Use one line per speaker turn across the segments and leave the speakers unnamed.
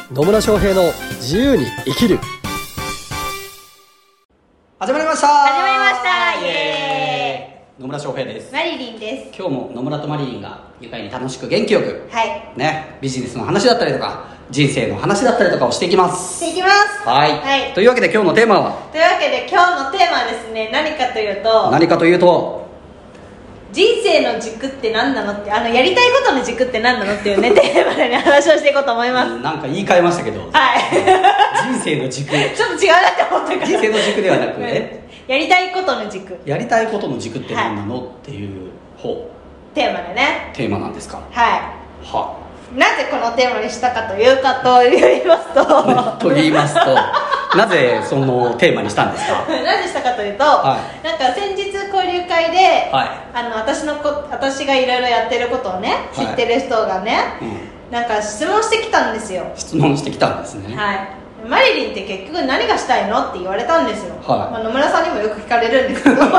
野村翔平の自由に生きる。始まりました。
イエーイ。
野村翔平です。
マリリンです。
今日も野村とマリリンが愉快に楽しく元気よく、
はい
ね、ビジネスの話だったりとか人生の話だったりとかをしていきます。
していきます。
はい、というわけで今日のテーマは
今日のテーマはですね、何かというと人生の軸って何なのって、やりたいことの軸って何なのっていうねテーマでね話をしていこうと思います。
なんか言い換えましたけど、
はい
人生の軸
ちょっと違うなって思ったから
人生の軸ではなく
やりたいことの軸、
やりたいことの軸って何なの、っていう
テーマでね。
テーマなんですか。
なぜこのテーマにしたかと言いますと
と言いますとなぜそのテーマにしたんですか。
なぜしたかというと、なんか先日交流会で、私がいろいろやってることをね、知ってる人がね、なんか質問してきたんですよ。
質問してきたんですね。
マリリンって結局何がしたいのって言われたんですよ。野村さんにもよく聞かれるんですけど聞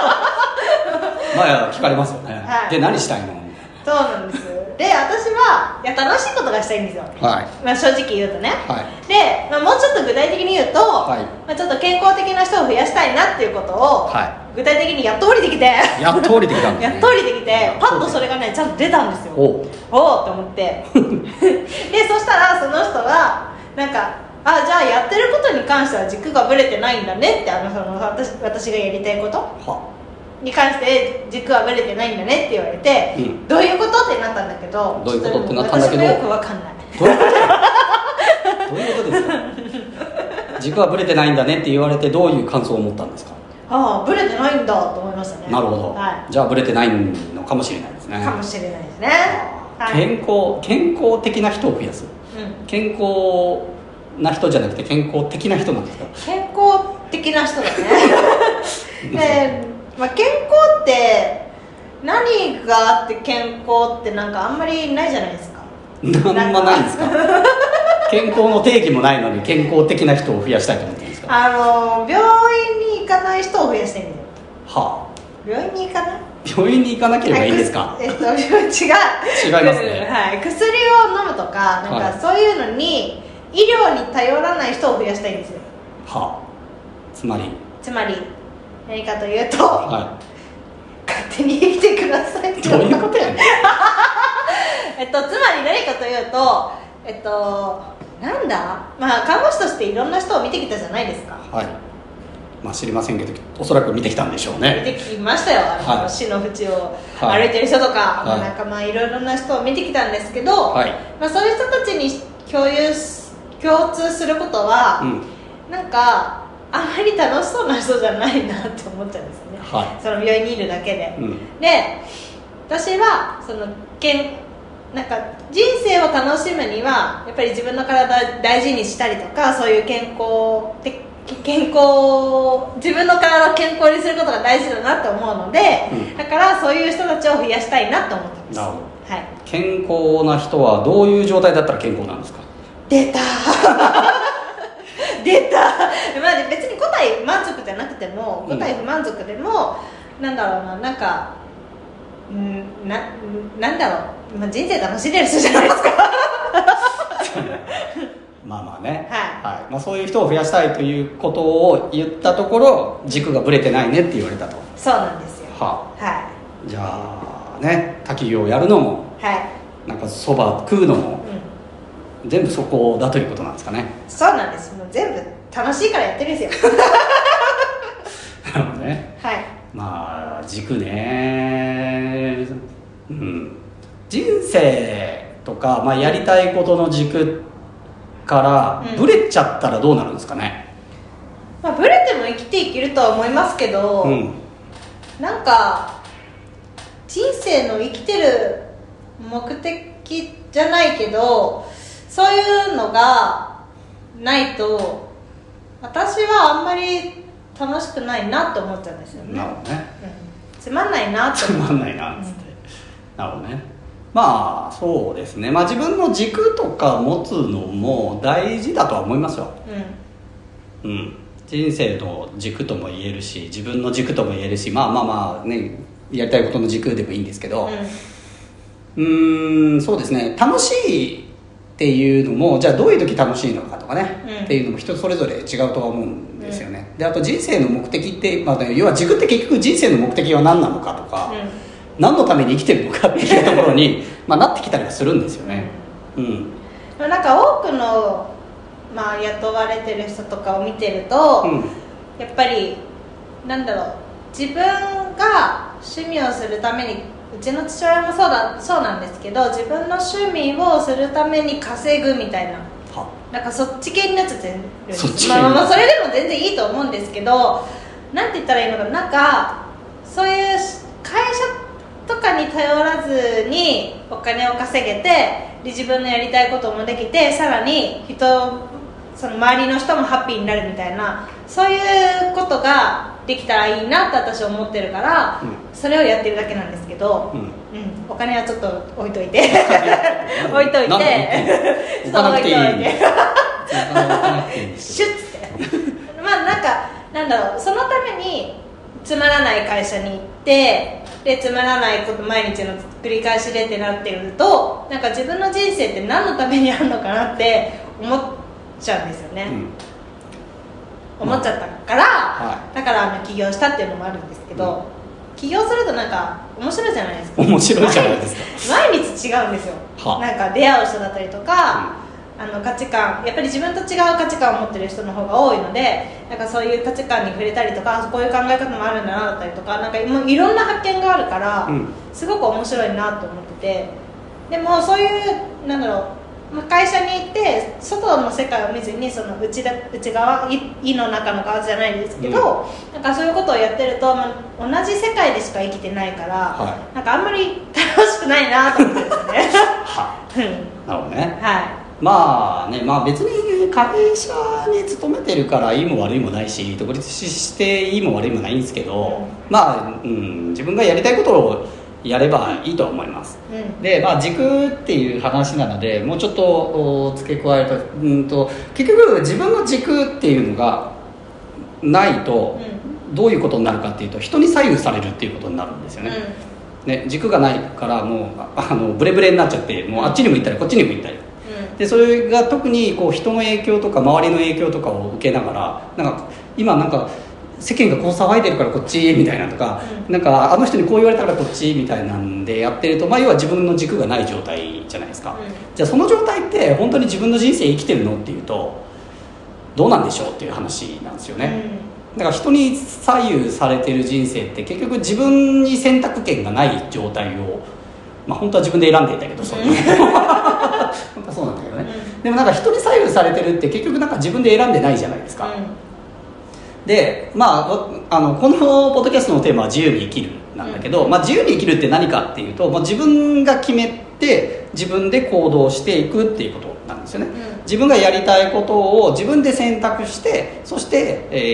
かれますよね。で、何したいの。
そうなんです。で、私は楽しいことがしたいんですよ。正直言うとね。で、もうちょっと具体的に言うと、ちょっと健康的な人を増やしたいなっていうことを、具体的にやっと降りてきて
やっと降りてきたんですね。
やっと降りてきて、パッとそれがねちゃんと出たんですよ。おおって思ってで、そしたらその人がなんか、じゃあやってることに関しては軸がぶれてないんだねって、私がやりたいことに関して軸はぶれてないんだねって言われて、どういうことってなったんだけど、
どういうことってなったんだけど、
私もよくわかんない。
どういうことですか。軸はぶれてないんだねって言われて、どういう感想を持ったんですか。
ぶれてないんだと思いましたね。
なるほど、じゃあぶれてないのかもしれないですね。
かもしれないですね。
健康的な人を増やす、健康な人じゃなくて健康的な人なんですか。
健康的な人だね健康って何があって健康ってなんかあんまりないじゃないですか。
なんもないんですか健康の定義もないのに健康的な人を増やしたいと思ってるんですか。
病院に行かない人を増やしたいんですよ。病院に行かない、
病院に行かなければいいんですか。
違いますね。
薬を
飲むとか、なんかそういうのに医療に頼らない人を増やしたいんですよ。
つまり
何かというと、勝手に生きてください。
どういうことやねん
つまり何かというと、看護師としていろんな人を見てきたじゃないですか。
知りませんけど、おそらく見てきたんでしょうね。
見てきましたよ。死の淵を歩いてる人とか、いろいろな人を見てきたんですけど、そういう人たちに共通することは、なんかあまり楽しそうな人じゃないなって思っちゃうんですよね。その病院にいるだけで、で、私はなんか人生を楽しむにはやっぱり自分の体を大事にしたりとか、そういう自分の体を健康にすることが大事だなと思うので、だからそういう人たちを増やしたいなと思ってます。
なるほど。健康な人はどういう状態だったら健康なんですか。
出た別に5体満足じゃなくても、5体不満足でも、なんだろうな、なんかなんだろう、人生楽しんでる人じゃないですか
そういう人を増やしたいということを言ったところ、軸がぶれてないねって言われたと。
そうなんですよ。
じゃあね、滝行をやるのも、なんかそば食うのも、全部そこだということなんですかね。
そうなんです。もう全部楽しいからやってるんですよ
なるほどね。軸ね、人生とか、やりたいことの軸からブレちゃったらどうなるんですかね。
ブレても生きていけるとは思いますけど、なんか人生の生きてる目的じゃないけど、そういうのがないと私はあんまり楽しくないなと思っちゃうんですよね。
なるほどね。
つまんないなって
つまんないなっつって、なるほどね。そうですね。自分の軸とか持つのも大事だとは思いますよ。人生の軸とも言えるし、自分の軸とも言えるし、やりたいことの軸でもいいんですけど、そうですね、楽しいっていうのもじゃあどういう時楽しいのかとかね、っていうのも人それぞれ違うとは思うんですよね。であと人生の目的って、要は軸って結局人生の目的は何なのかとか、何のために生きてるのかっていうところになってきたりはするんですよね。
なんか多くの、雇われてる人とかを見てると、やっぱり自分が趣味をするために、うちの父親もそうなんですけど、自分の趣味をするために稼ぐみたいな、なんかそっち系になっちゃってるんです。それでも全然いいと思うんですけど、なんて言ったらいいのかな、なんかそういう会社とかに頼らずにお金を稼げて、で自分のやりたいこともできて、さらにその周りの人もハッピーになるみたいな、そういうことができたらいいなって私は思ってるから、それをやってるだけなんですけど、お金はちょっと置いといて置いといてそう置いといてシュッてそのためにつまらない会社に行って、でつまらないこと毎日の繰り返しでってなってると、なんか自分の人生って何のためにあるのかなって思っちゃうんですよね、思っちゃったから、だから起業したっていうのもあるんですけど、起業するとなんか面白いじゃないですか。
面白いじゃないですか。
毎日違うんですよ。なんか出会う人だったりとか、価値観、やっぱり自分と違う価値観を持ってる人の方が多いので、なんかそういう価値観に触れたりとか、こういう考え方もあるんだなだったりとか、なんかもういろんな発見があるから、すごく面白いなと思ってて、でもそういう会社に行って外の世界を見ずに、その内側、胃の中の側じゃないですけど、なんかそういうことをやってると、同じ世界でしか生きてないから、なんかあんまり楽しくないなと思ってですね
なるほどね。別に会社に勤めてるからいいも悪いもないし、独立していいも悪いもないんですけど、自分がやりたいことをやればいいとは思います、で、軸っていう話なので、もうちょっと付け加えると、結局自分の軸っていうのがないとどういうことになるかっていうと、人に左右されるっていうことになるんですよね、軸がないからもうブレブレになっちゃって、もうあっちにも行ったりこっちにも行ったり、でそれが特に人の影響とか周りの影響とかを受けながら、今世間がこう騒いでるからこっちみたいなとか、なんかあの人にこう言われたからこっちみたいなんでやってると、要は自分の軸がない状態じゃないですか、じゃあその状態って本当に自分の人生生きてるのっていうとどうなんでしょうっていう話なんですよね、だから人に左右されてる人生って結局自分に選択権がない状態を、本当は自分で選んでいたけど、そう本当はそうなんだけどね、でもなんか人に左右されてるって結局なんか自分で選んでないじゃないですか、でこのポッドキャストのテーマは自由に生きるなんだけど、自由に生きるって何かっていうと、自分が決めて自分で行動していくっていうことなんですよね、自分がやりたいことを自分で選択して、そして、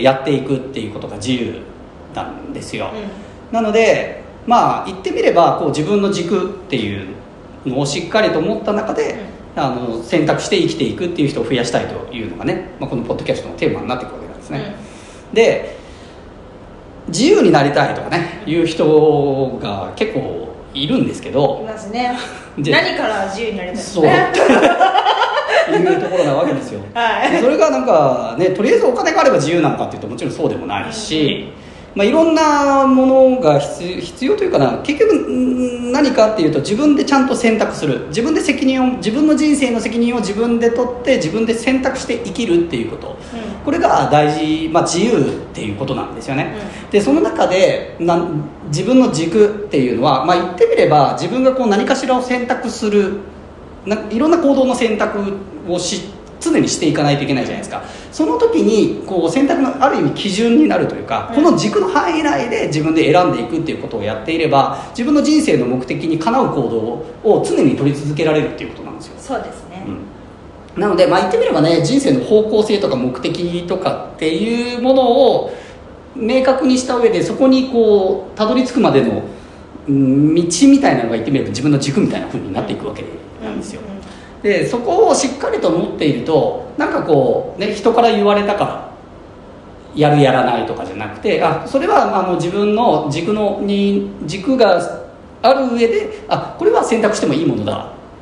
やっていくっていうことが自由なんですよ、なので言ってみれば自分の軸っていうのをしっかりと持った中で、選択して生きていくっていう人を増やしたいというのがね、このポッドキャストのテーマになっていくわけなんですね、で自由になりたいとかねいう人が結構いるんですけど、
いますね。何から自由になりたいです
ねいうところなわけですよ、それがなんかね、とりあえずお金があれば自由なのかっていうともちろんそうでもないし、いろんなものが必要というかな、結局何かっていうと自分でちゃんと選択する、自分の人生の責任を自分で取って自分で選択して生きるっていうこと、これが大事、自由っていうことなんですよね、でその中で自分の軸っていうのは、言ってみれば自分が何かしらを選択する、いろんな行動の選択を常にしていかないといけないじゃないですか。その時に選択のある意味基準になるというか、この軸の範囲内で自分で選んでいくっていうことをやっていれば、自分の人生の目的にかなう行動を常に取り続けられるっていうことなんですよ。
そうですね、
なので言ってみればね、人生の方向性とか目的とかっていうものを明確にした上で、そこにたどり着くまでの道みたいなのが言ってみれば自分の軸みたいな風になっていくわけなんですよ、でそこをしっかりと持っていると、なんか人から言われたからやるやらないとかじゃなくて、それは自分の軸がある上で、これは選択してもいいものだっ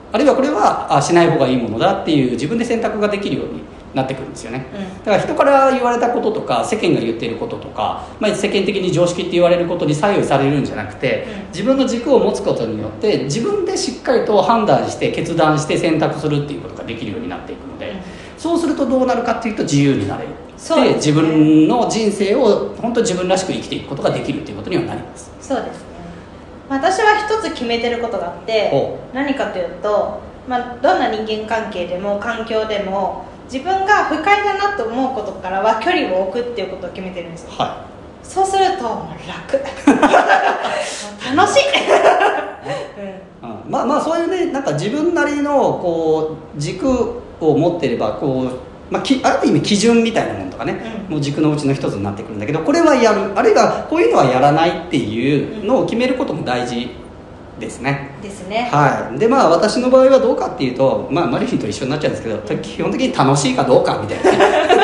あるいはこれはしない方がいいものだっていう自分で選択ができるようになってくるんですよね、だから人から言われたこととか世間が言っていることとか、世間的に常識って言われることに左右されるんじゃなくて、自分の軸を持つことによって自分でしっかりと判断して決断して選択するっていうことができるようになっていくので、そうするとどうなるかっていうと自由になれる、で自分の人生を本当に自分らしく生きていくことができるっていうことにはなります。
そうですね。私は一つ決めてることがあって、何かというと、どんな人間関係でも環境でも自分が不快だなと思うことからは距離を置くっていうことを決めてるんですよ、そうするともう楽楽しい
そういうね、なんか自分なりのこう軸を持っていればこう、ある意味基準みたいなものとかね、もう軸のうちの一つになってくるんだけど、これはやる、あるいはこういうのはやらないっていうのを決めることも大事ですね。
ですね。
で私の場合はどうかっていうと、マリリンと一緒になっちゃうんですけど、基本的に楽しいかどうかみたいな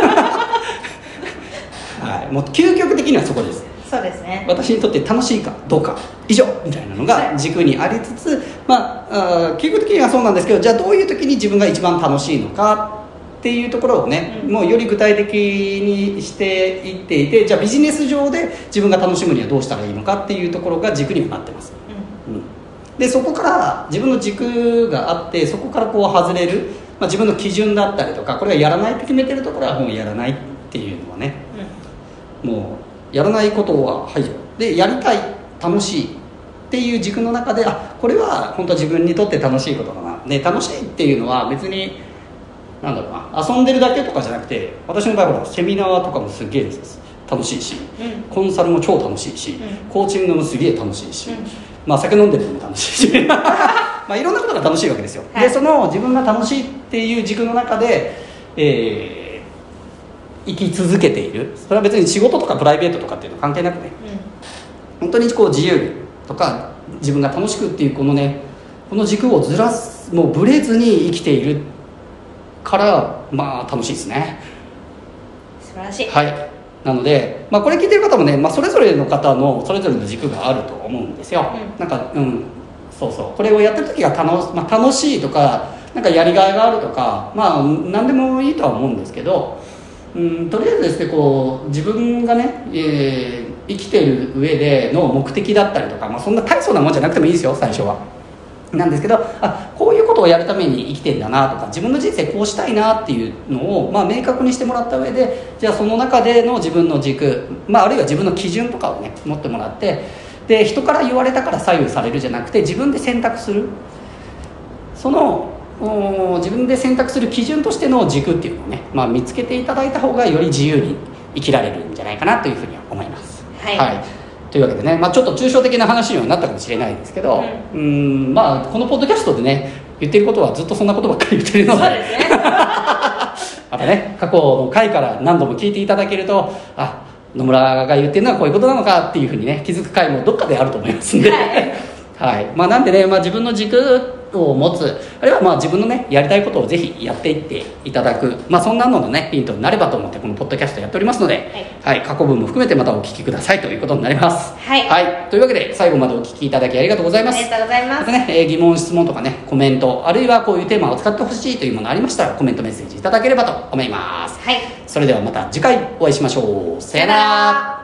ねもう究極的にはそこです。
そうですね。
私にとって楽しいかどうか以上みたいなのが軸にありつつ、究極的にはそうなんですけど、じゃあどういう時に自分が一番楽しいのかっていうところをね、もうより具体的にしていっていて、じゃあビジネス上で自分が楽しむにはどうしたらいいのかっていうところが軸にはなってます、でそこから自分の軸があって、そこからこう外れる、自分の基準だったりとか、これはやらないって決めてるところはもうやらないっていうのはね、もうやらないことは排除で、やりたい、楽しいっていう軸の中で、これは本当自分にとって楽しいことだな、楽しいっていうのは別に遊んでるだけとかじゃなくて、私の場合はセミナーとかもすげえ楽しいし、コンサルも超楽しいし、コーチングもすげえ楽しいし、酒飲んでるのも楽しいしいろんなことが楽しいわけですよ、でその自分が楽しいっていう軸の中で、生き続けている。それは別に仕事とかプライベートとかっていうの関係なくね、本当にこう自由とか自分が楽しくっていうこの軸をずらす、もうブレずに生きているから楽しいですね。
素晴らしい。
なので、これ聞いてる方もね、それぞれの方のそれぞれの軸があると思うんですよ、これをやってる時が楽しいとか、やりがいがあるとか、何でもいいとは思うんですけど、とりあえずですね、こう自分がね、生きている上での目的だったりとか、そんな大層なもんじゃなくてもいいですよ、最初は。なんですけど、こういうことをやるために生きてんだなとか、自分の人生こうしたいなっていうのを、明確にしてもらった上で、じゃあその中での自分の軸、あるいは自分の基準とかをね持ってもらって、で人から言われたから左右されるじゃなくて、自分で選択する、その自分で選択する基準としての軸っていうのをね、見つけていただいた方がより自由に生きられるんじゃないかなというふうに思います。というわけでね、ちょっと抽象的な話にはなったかもしれないですけど、このポッドキャストでね言ってることはずっとそんなことばっかり言ってるので、
そうですね
またね過去の回から何度も聞いていただけると、野村が言ってるのはこういうことなのかっていうふうにね気づく回もどっかであると思いますんで、なんでね、自分の軸を持つ、あるいは自分のねやりたいことをぜひやっていっていただく、そんなののねヒントになればと思ってこのポッドキャストやっておりますので、過去文も含めてまたお聞きくださいということになります。というわけで最後までお聞きいただきありがとうございます。
ありがとうございます。
またね、疑問質問とかねコメント、あるいはこういうテーマを使ってほしいというものありましたらコメントメッセージいただければと思います。それではまた次回お会いしましょう。さよなら。